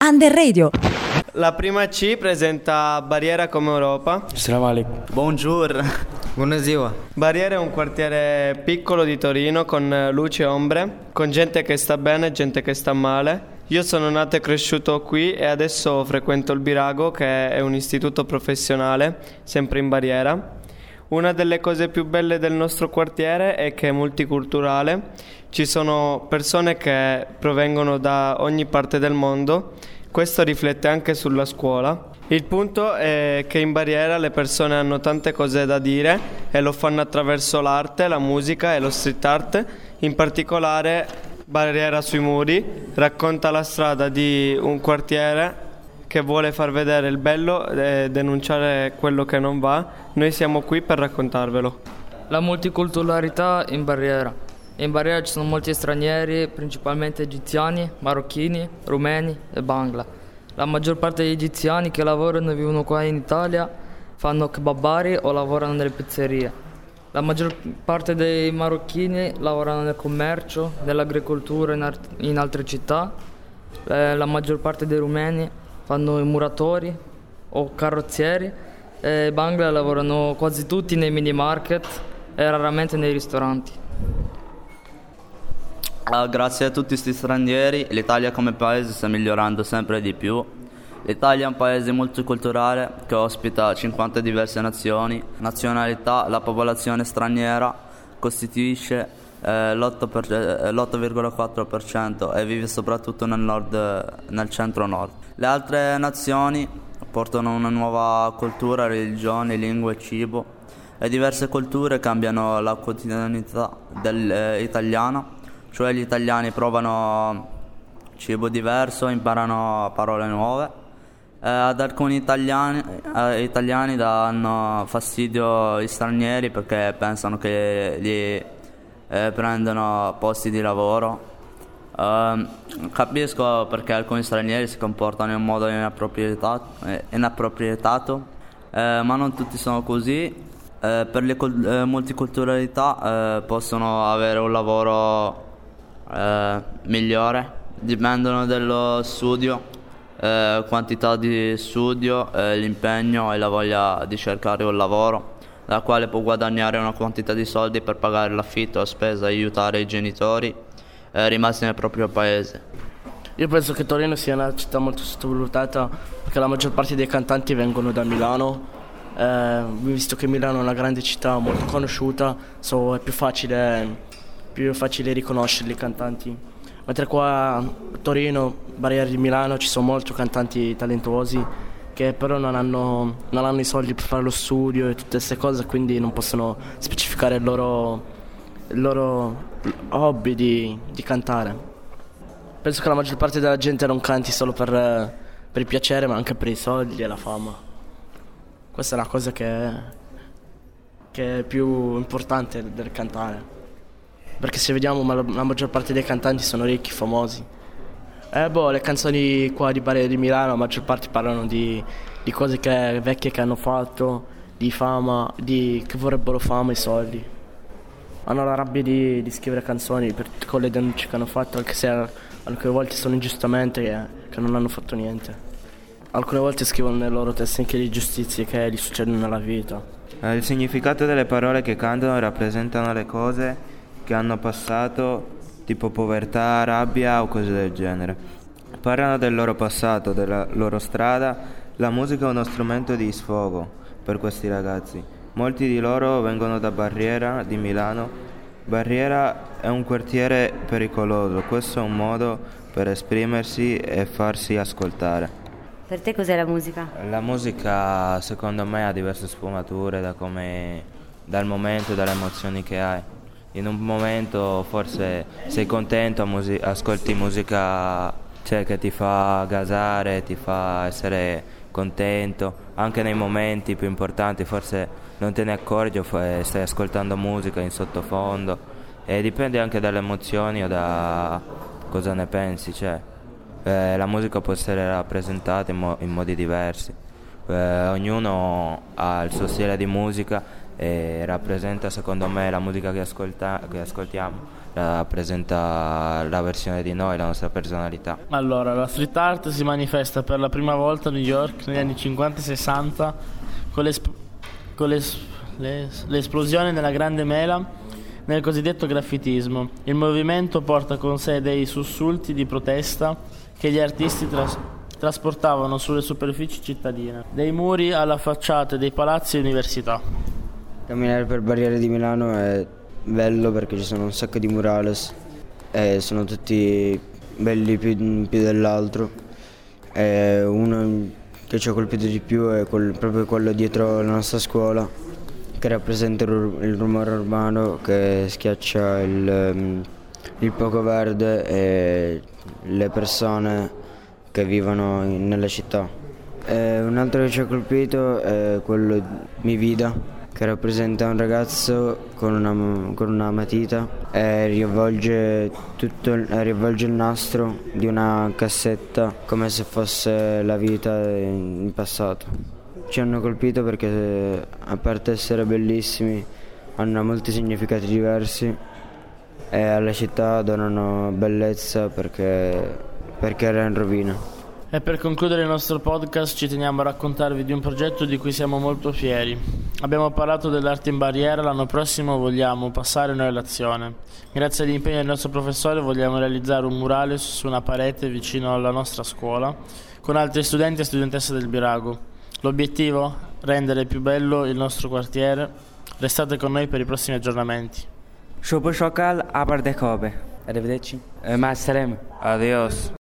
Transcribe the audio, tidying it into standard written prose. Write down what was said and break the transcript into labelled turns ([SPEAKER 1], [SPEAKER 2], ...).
[SPEAKER 1] Under Radio.
[SPEAKER 2] La prima C presenta Barriera come Europa.
[SPEAKER 3] Salam alaikum.
[SPEAKER 4] Buongiorno.
[SPEAKER 5] Buonasera.
[SPEAKER 2] Barriera è un quartiere piccolo di Torino con luci e ombre, con gente che sta bene e gente che sta male. Io sono nato e cresciuto qui e adesso frequento il Birago, che è un istituto professionale, sempre in Barriera. Una delle cose più belle del nostro quartiere è che è multiculturale. Ci sono persone che provengono da ogni parte del mondo. Questo riflette anche sulla scuola. Il punto è che in Barriera le persone hanno tante cose da dire e lo fanno attraverso l'arte, la musica e lo street art. In particolare Barriera sui muri racconta la strada di un quartiere che vuole far vedere il bello e denunciare quello che non va. Noi siamo qui per raccontarvelo.
[SPEAKER 6] La multiculturalità in Barriera. In Barriera ci sono molti stranieri, principalmente egiziani, marocchini, rumeni e bangla. La maggior parte degli egiziani che lavorano e vivono qua in Italia fanno kebabari o lavorano nelle pizzerie. La maggior parte dei marocchini lavorano nel commercio, nell'agricoltura in altre città. La maggior parte dei rumeni fanno i muratori o carrozzieri. E i bangla lavorano quasi tutti nei mini market e raramente nei ristoranti.
[SPEAKER 4] Grazie a tutti questi stranieri, l'Italia come paese sta migliorando sempre di più. L'Italia è un paese multiculturale che ospita 50 diverse nazionalità. La popolazione straniera costituisce l'8,4% e vive soprattutto nel centro-nord. Le altre nazioni portano una nuova cultura, religione, lingue e cibo. Le diverse culture cambiano la quotidianità italiana. Cioè gli italiani provano cibo diverso, imparano parole nuove. Ad alcuni italiani danno fastidio gli stranieri perché pensano che gli prendono posti di lavoro. Capisco perché alcuni stranieri si comportano in modo inappropriato, ma non tutti sono così. Per le multiculturalità possono avere un lavoro migliore, dipendono dello studio, quantità di studio, l'impegno e la voglia di cercare un lavoro dalla quale può guadagnare una quantità di soldi per pagare l'affitto, la spesa, aiutare i genitori rimasti nel proprio paese.
[SPEAKER 3] Io penso che Torino sia una città molto sottovalutata perché la maggior parte dei cantanti vengono da Milano. Visto che Milano è una grande città molto conosciuta, è più facile riconoscerli i cantanti, mentre qua a Torino, Barriera di Milano, ci sono molti cantanti talentuosi che però non hanno i soldi per fare lo studio e tutte queste cose, quindi non possono specificare il loro hobby di cantare. Penso che la maggior parte della gente non canti solo per il piacere, ma anche per i soldi e la fama. Questa è la cosa che è più importante del cantare. Perché se vediamo la maggior parte dei cantanti sono ricchi, famosi. Le canzoni qua di Barriera di Milano la maggior parte parlano di cose vecchie che hanno fatto, di fama, che vorrebbero fama e soldi. Hanno la rabbia di scrivere canzoni con le denunce che hanno fatto, anche se alcune volte sono ingiustamente che non hanno fatto niente. Alcune volte scrivono nelle loro teste anche le ingiustizie che gli succedono nella vita.
[SPEAKER 7] Il significato delle parole che cantano rappresentano le cose che hanno passato, tipo povertà, rabbia o cose del genere. Parlano del loro passato, della loro strada. La musica è uno strumento di sfogo per questi ragazzi. Molti di loro vengono da Barriera di Milano. Barriera è un quartiere pericoloso. Questo è un modo per esprimersi e farsi ascoltare.
[SPEAKER 1] Per te cos'è la musica?
[SPEAKER 7] La musica secondo me ha diverse sfumature dal momento e dalle emozioni che hai. In un momento forse sei contento, ascolti musica che ti fa gasare, ti fa essere contento. Anche nei momenti più importanti forse non te ne accorgi, stai ascoltando musica in sottofondo, e dipende anche dalle emozioni o da cosa ne pensi. La musica può essere rappresentata in modi diversi. Ognuno ha il suo stile di musica e rappresenta, secondo me, la musica che ascoltiamo rappresenta la versione di noi, la nostra personalità.
[SPEAKER 3] Allora, la street art si manifesta per la prima volta a New York negli anni 50 e 60 con l'esplosione della grande mela nel cosiddetto graffitismo. Il movimento porta con sé dei sussulti di protesta che gli artisti trasportavano sulle superfici cittadine, dei muri alla facciata dei palazzi e università.
[SPEAKER 5] Camminare per Barriere di Milano è bello perché ci sono un sacco di murales e sono tutti belli più dell'altro. E uno che ci ha colpito di più è proprio quello dietro la nostra scuola, che rappresenta il rumore urbano che schiaccia il poco verde e le persone che vivono nella città. Un altro che ci ha colpito è quello Mi Vida, che rappresenta un ragazzo con una matita e riavvolge il nastro di una cassetta come se fosse la vita in passato. Ci hanno colpito perché, a parte essere bellissimi, hanno molti significati diversi e alla città donano bellezza perché era in rovina.
[SPEAKER 3] E per concludere il nostro podcast ci teniamo a raccontarvi di un progetto di cui siamo molto fieri. Abbiamo parlato dell'arte in barriera, l'anno prossimo vogliamo passare noi all'azione. Grazie agli impegni del nostro professore vogliamo realizzare un murale su una parete vicino alla nostra scuola con altri studenti e studentesse del Birago. L'obiettivo? Rendere più bello il nostro quartiere. Restate con noi per i prossimi aggiornamenti.
[SPEAKER 8] Shopper Shokal, Abar Dekobe. Arrivederci. Ma saremo.
[SPEAKER 7] Adios.